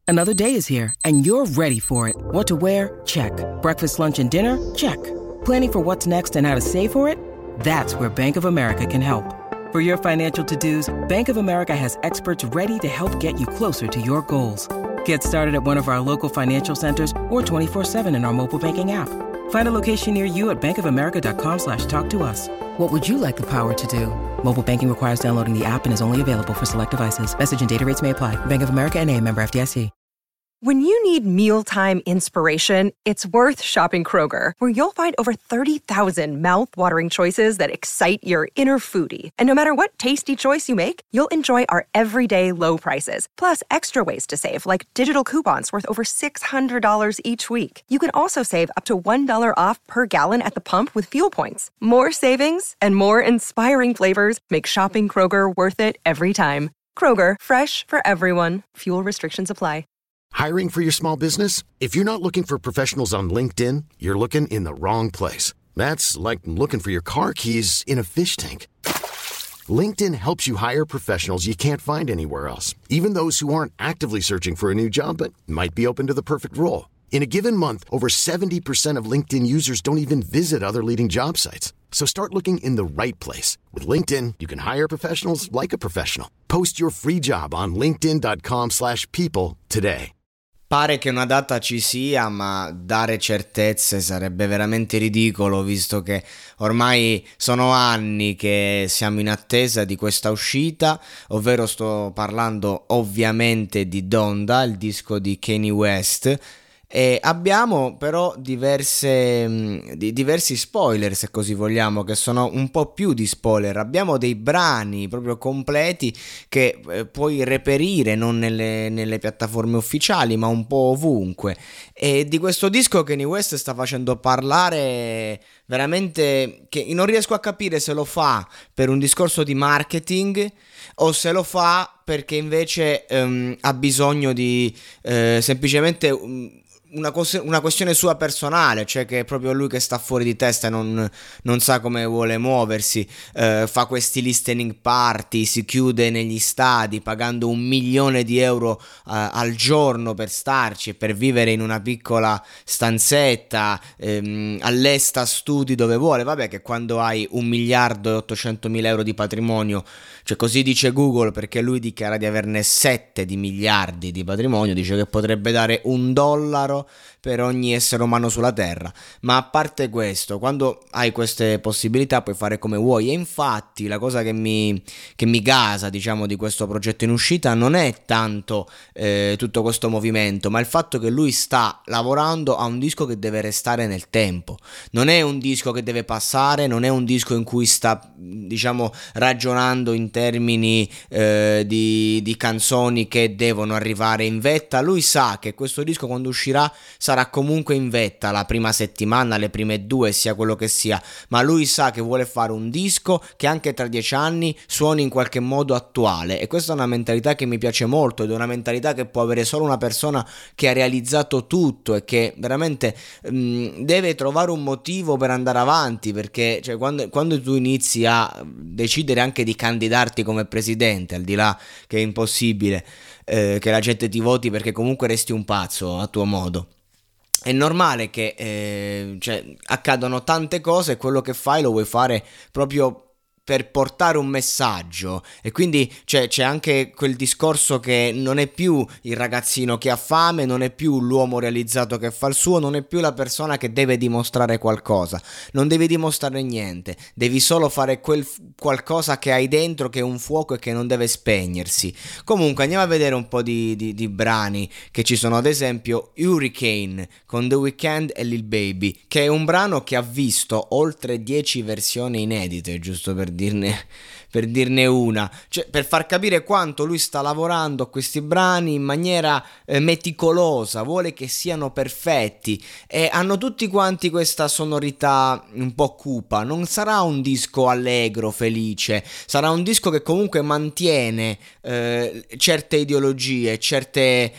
Another day is here, and you're ready for it. What to wear? Check. Breakfast, lunch, and dinner? Check. Planning for what's next and how to save for it? That's where Bank of America can help. For your financial to-dos, Bank of America has experts ready to help get you closer to your goals. Get started at one of our local financial centers or 24/7 in our mobile banking app. Find a location near you at bankofamerica.com/talktous. What would you like the power to do? Mobile banking requires downloading the app and is only available for select devices. Message and data rates may apply. Bank of America N.A., member FDIC. When you need mealtime inspiration, it's worth shopping Kroger, where you'll find over 30,000 mouth-watering choices that excite your inner foodie. And no matter what tasty choice you make, you'll enjoy our everyday low prices, plus extra ways to save, like digital coupons worth over $600 each week. You can also save up to $1 off per gallon at the pump with fuel points. More savings and more inspiring flavors make shopping Kroger worth it every time. Kroger, fresh for everyone. Fuel restrictions apply. Hiring for your small business? If you're not looking for professionals on LinkedIn, you're looking in the wrong place. That's like looking for your car keys in a fish tank. LinkedIn helps you hire professionals you can't find anywhere else, even those who aren't actively searching for a new job but might be open to the perfect role. In a given month, over 70% of LinkedIn users don't even visit other leading job sites. So start looking in the right place. With LinkedIn, you can hire professionals like a professional. Post your free job on linkedin.com/people today. Pare che una data ci sia, ma dare certezze sarebbe veramente ridicolo, visto che ormai sono anni che siamo in attesa di questa uscita, ovvero sto parlando ovviamente di Donda, il disco di Kanye West. E abbiamo però diversi spoiler, se così vogliamo, che sono un po' più di spoiler. Abbiamo dei brani proprio completi che puoi reperire non nelle piattaforme ufficiali, ma un po' ovunque. E di questo disco Kanye West sta facendo parlare veramente, che non riesco a capire se lo fa per un discorso di marketing o se lo fa perché invece ha bisogno di semplicemente una questione sua personale, cioè che è proprio lui che sta fuori di testa e non sa come vuole muoversi, fa questi listening party, si chiude negli stadi pagando 1 milione di euro al giorno per starci e per vivere in una piccola stanzetta, all'esta studi dove vuole. Vabbè, che quando hai 1 miliardo e 800 mila euro di patrimonio, cioè così dice Google, perché lui dichiara di averne 7 di miliardi di patrimonio, dice che potrebbe dare $1 per ogni essere umano sulla terra. Ma a parte questo, quando hai queste possibilità puoi fare come vuoi. E infatti la cosa che mi gasa, diciamo, di questo progetto in uscita non è tanto tutto questo movimento, ma il fatto che lui sta lavorando a un disco che deve restare nel tempo. Non è un disco che deve passare, non è un disco in cui sta, diciamo, ragionando in termini di canzoni che devono arrivare in vetta. Lui sa che questo disco, quando uscirà, sarà comunque in vetta la prima settimana, le prime 2, sia quello che sia, ma lui sa che vuole fare un disco che anche tra 10 anni suoni in qualche modo attuale. E questa è una mentalità che mi piace molto, ed è una mentalità che può avere solo una persona che ha realizzato tutto e che veramente deve trovare un motivo per andare avanti, perché cioè, quando tu inizi a decidere anche di candidarti come presidente, al di là che è impossibile che la gente ti voti, perché comunque resti un pazzo a tuo modo, è normale che cioè, accadano tante cose, e quello che fai lo vuoi fare proprio per portare un messaggio. E quindi c'è anche quel discorso che non è più il ragazzino che ha fame, non è più l'uomo realizzato che fa il suo, non è più la persona che deve dimostrare qualcosa, non devi dimostrare niente, devi solo fare quel qualcosa che hai dentro, che è un fuoco e che non deve spegnersi. Comunque andiamo a vedere un po' di brani che ci sono. Ad esempio Hurricane con The Weeknd e Lil Baby, che è un brano che ha visto oltre 10 versioni inedite, giusto per dirne una, cioè per far capire quanto lui sta lavorando a questi brani in maniera meticolosa, vuole che siano perfetti, e hanno tutti quanti questa sonorità un po' cupa. Non sarà un disco allegro, felice, sarà un disco che comunque mantiene certe ideologie, certi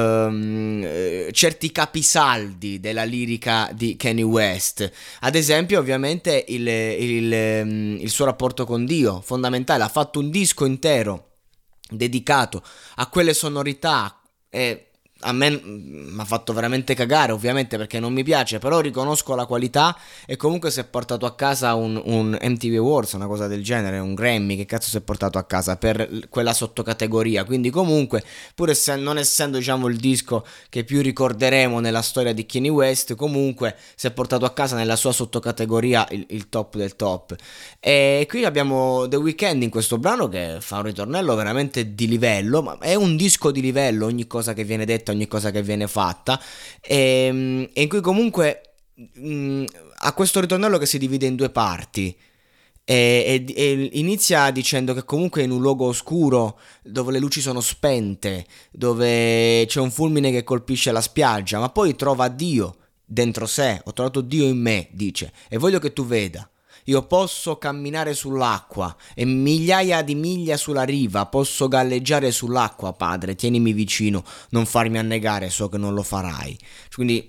capisaldi della lirica di Kanye West. Ad esempio, ovviamente il suo rapporto con Dio, fondamentale. Ha fatto un disco intero dedicato a quelle sonorità, e a me mi ha fatto veramente cagare, ovviamente, perché non mi piace, però riconosco la qualità. E comunque si è portato a casa un MTV Awards, una cosa del genere, un Grammy, che cazzo si è portato a casa per quella sottocategoria. Quindi comunque, pur non essendo diciamo il disco che più ricorderemo nella storia di Kanye West, comunque si è portato a casa nella sua sottocategoria il top del top. E qui abbiamo The Weeknd in questo brano che fa un ritornello veramente di livello, ma è un disco di livello, ogni cosa che viene detta, ogni cosa che viene fatta, e in cui comunque ha questo ritornello che si divide in due parti. E inizia dicendo che comunque in un luogo oscuro, dove le luci sono spente, dove c'è un fulmine che colpisce la spiaggia, ma poi trova Dio dentro sé. Ho trovato Dio in me, dice, e voglio che tu veda. Io posso camminare sull'acqua e migliaia di miglia sulla riva, posso galleggiare sull'acqua, Padre, tienimi vicino, non farmi annegare, so che non lo farai. Quindi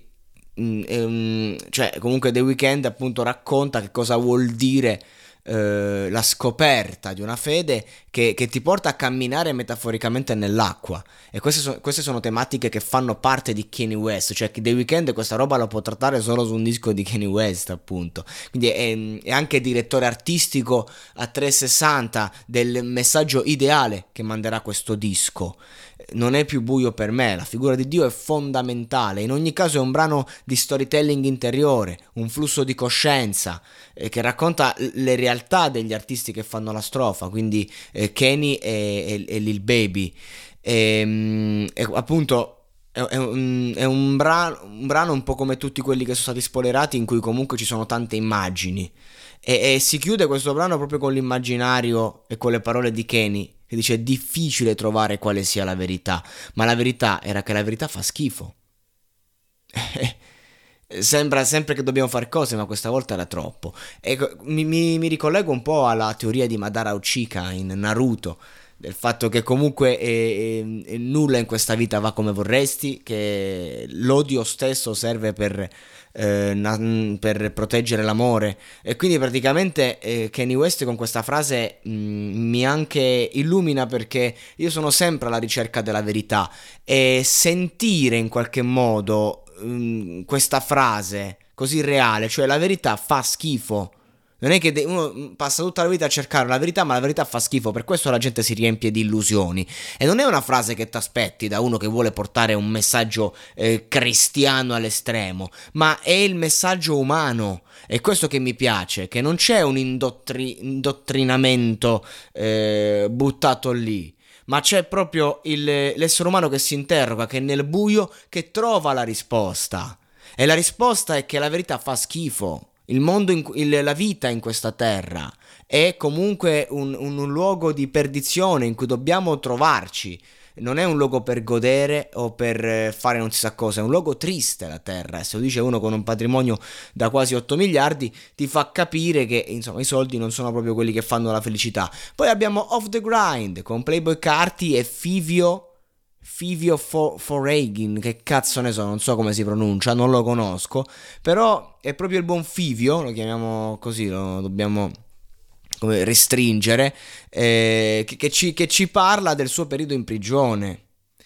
cioè comunque The Weeknd appunto racconta che cosa vuol dire la scoperta di una fede che ti porta a camminare metaforicamente nell'acqua. E queste sono tematiche che fanno parte di Kanye West, cioè The Weeknd questa roba la può trattare solo su un disco di Kanye West, appunto. Quindi è anche direttore artistico a 360 del messaggio ideale che manderà questo disco. Non è più buio per me, la figura di Dio è fondamentale. In ogni caso è un brano di storytelling interiore, un flusso di coscienza che racconta le realtà degli artisti che fanno la strofa, quindi Kanye e Lil Baby. E appunto è un brano un po' come tutti quelli che sono stati spoilerati, in cui comunque ci sono tante immagini. E si chiude questo brano proprio con l'immaginario e con le parole di Kanye, che dice: è difficile trovare quale sia la verità, ma la verità era che la verità fa schifo. Sembra sempre che dobbiamo fare cose, ma questa volta era troppo. Ecco, mi ricollego un po' alla teoria di Madara Uchiha in Naruto, del fatto che comunque nulla in questa vita va come vorresti, che l'odio stesso serve per proteggere l'amore. E quindi praticamente Kanye West con questa frase mi anche illumina, perché io sono sempre alla ricerca della verità, e sentire in qualche modo questa frase così reale, cioè la verità fa schifo. Non è che uno passa tutta la vita a cercare la verità, ma la verità fa schifo, per questo la gente si riempie di illusioni. E non è una frase che ti aspetti da uno che vuole portare un messaggio cristiano all'estremo, ma è il messaggio umano. È questo che mi piace, che non c'è un indottrinamento buttato lì, ma c'è proprio l'essere umano che si interroga, che è nel buio, che trova la risposta. E la risposta è che la verità fa schifo. Il mondo, la vita in questa terra è comunque un luogo di perdizione in cui dobbiamo trovarci. Non è un luogo per godere o per fare non si sa cosa, è un luogo triste la terra. E se lo dice uno con un patrimonio da quasi 8 miliardi, ti fa capire che insomma i soldi non sono proprio quelli che fanno la felicità. Poi abbiamo Off the Grind con Playboi Carti e Fivio Foreign, che cazzo ne so, non so come si pronuncia, non lo conosco, però è proprio il buon Fivio, lo chiamiamo così, lo dobbiamo come restringere, che ci parla del suo periodo in prigione.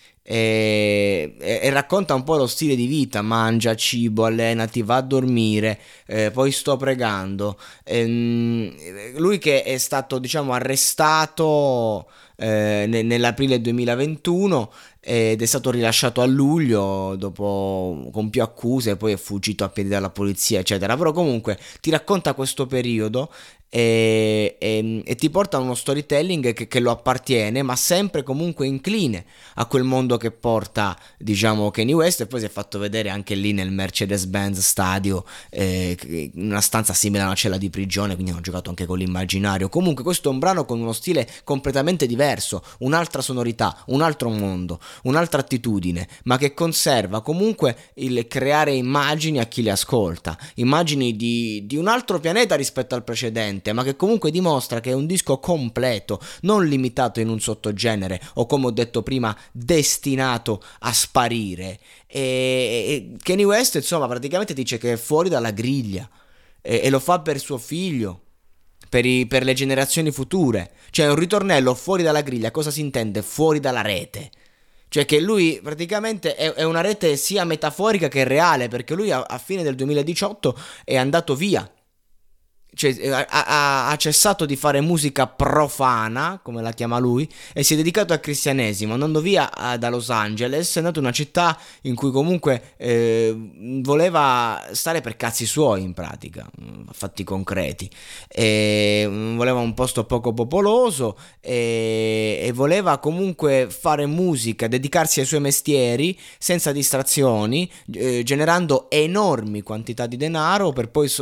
E racconta un po' lo stile di vita: mangia, cibo, allenati, va a dormire, poi sto pregando. Lui che è stato diciamo arrestato nell'aprile 2021 ed è stato rilasciato a luglio con più accuse, poi è fuggito a piedi dalla polizia eccetera, però comunque ti racconta questo periodo e ti porta a uno storytelling che lo appartiene, ma sempre comunque incline a quel mondo che porta diciamo Kanye West. E poi si è fatto vedere anche lì nel Mercedes-Benz Stadio, una stanza simile a una cella di prigione, quindi hanno giocato anche con l'immaginario. Comunque questo è un brano con uno stile completamente diverso, un'altra sonorità, un altro mondo, un'altra attitudine, ma che conserva comunque il creare immagini a chi le ascolta, immagini di un altro pianeta rispetto al precedente, ma che comunque dimostra che è un disco completo, non limitato in un sottogenere o, come ho detto prima, destinato a sparire. E Kanye West insomma praticamente dice che è fuori dalla griglia, e lo fa per suo figlio, per le generazioni future. Cioè un ritornello fuori dalla griglia, cosa si intende? Fuori dalla rete. Cioè che lui praticamente è una rete sia metaforica che reale, perché lui a fine del 2018 è andato via. Cioè, ha cessato di fare musica profana, come la chiama lui, e si è dedicato al cristianesimo, andando via da Los Angeles, è andato in una città in cui comunque voleva stare per cazzi suoi, in pratica, fatti concreti, voleva un posto poco popoloso e voleva comunque fare musica, dedicarsi ai suoi mestieri senza distrazioni, generando enormi quantità di denaro per poi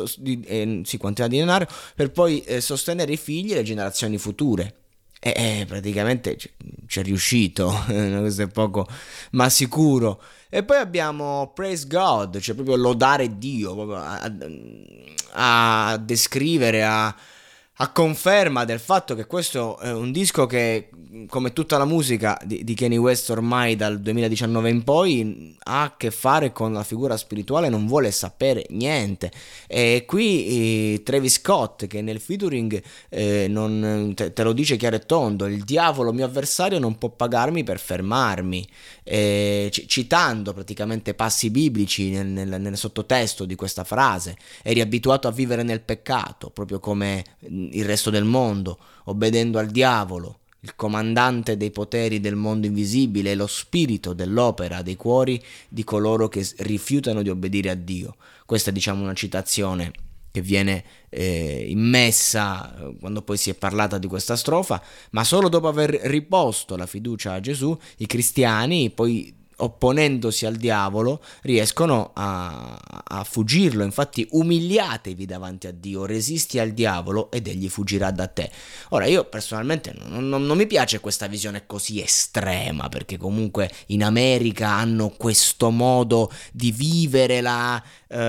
per poi sostenere i figli e le generazioni future. E praticamente c'è riuscito, questo è poco ma sicuro. E poi abbiamo Praise God, cioè proprio lodare Dio, proprio a descrivere, a conferma del fatto che questo è un disco che, come tutta la musica di Kanye West ormai dal 2019 in poi, ha a che fare con la figura spirituale, non vuole sapere niente. E qui Travis Scott, che nel featuring te lo dice chiaro e tondo: il diavolo mio avversario non può pagarmi per fermarmi, citando praticamente passi biblici nel sottotesto di questa frase. Eri abituato a vivere nel peccato, proprio come il resto del mondo, obbedendo al diavolo, il comandante dei poteri del mondo invisibile e lo spirito dell'opera dei cuori di coloro che rifiutano di obbedire a Dio. Questa è, diciamo, una citazione che viene immessa quando poi si è parlata di questa strofa, ma solo dopo aver riposto la fiducia a Gesù, i cristiani poi, opponendosi al diavolo, riescono a fuggirlo. Infatti, umiliatevi davanti a Dio, resisti al diavolo ed egli fuggirà da te. Ora, io personalmente non mi piace questa visione così estrema, perché comunque in America hanno questo modo di vivere la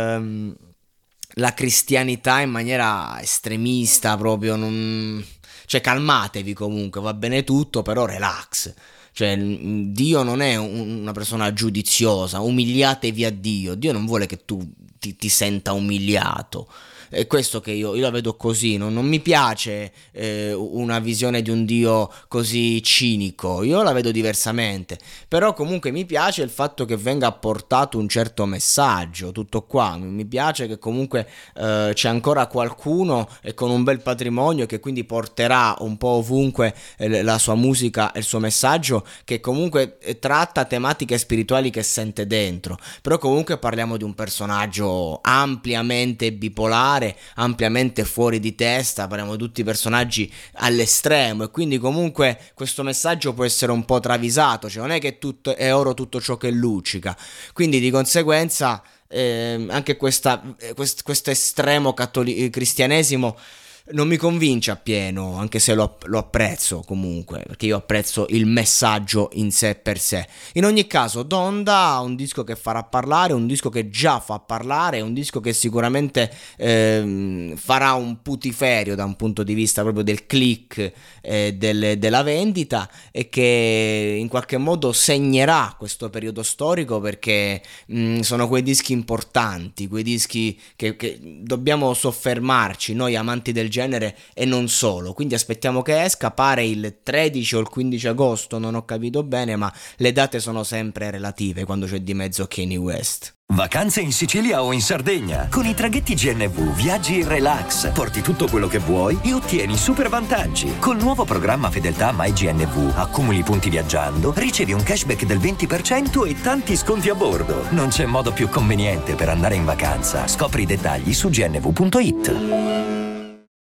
cristianità in maniera estremista, proprio cioè calmatevi, comunque va bene tutto, però relax. Cioè, Dio non è una persona giudiziosa, umiliatevi a Dio. Dio non vuole che tu ti senta umiliato. È questo che io la vedo così, non mi piace una visione di un Dio così cinico, io la vedo diversamente, però comunque mi piace il fatto che venga apportato un certo messaggio, tutto qua. Mi piace che comunque c'è ancora qualcuno e con un bel patrimonio che quindi porterà un po' ovunque la sua musica e il suo messaggio, che comunque tratta tematiche spirituali che sente dentro. Però comunque parliamo di un personaggio ampiamente bipolare, ampiamente fuori di testa, parliamo di tutti personaggi all'estremo, e quindi comunque questo messaggio può essere un po' travisato, cioè non è che tutto è oro tutto ciò che luccica, quindi di conseguenza anche questo estremo cristianesimo non mi convince appieno, anche se lo apprezzo comunque, perché io apprezzo il messaggio in sé per sé. In ogni caso, Donda ha un disco che farà parlare, un disco che già fa parlare, un disco che sicuramente farà un putiferio da un punto di vista proprio del click, della vendita, e che in qualche modo segnerà questo periodo storico, perché sono quei dischi importanti, quei dischi che dobbiamo soffermarci noi amanti del genere e non solo. Quindi aspettiamo che esca, pare il 13 o il 15 agosto, non ho capito bene, ma le date sono sempre relative quando c'è di mezzo Kanye West. Vacanze in Sicilia o in Sardegna. Con i traghetti GNV viaggi in relax, porti tutto quello che vuoi e ottieni super vantaggi. Col nuovo programma Fedeltà MyGNV accumuli punti viaggiando, ricevi un cashback del 20% e tanti sconti a bordo. Non c'è modo più conveniente per andare in vacanza. Scopri i dettagli su gnv.it.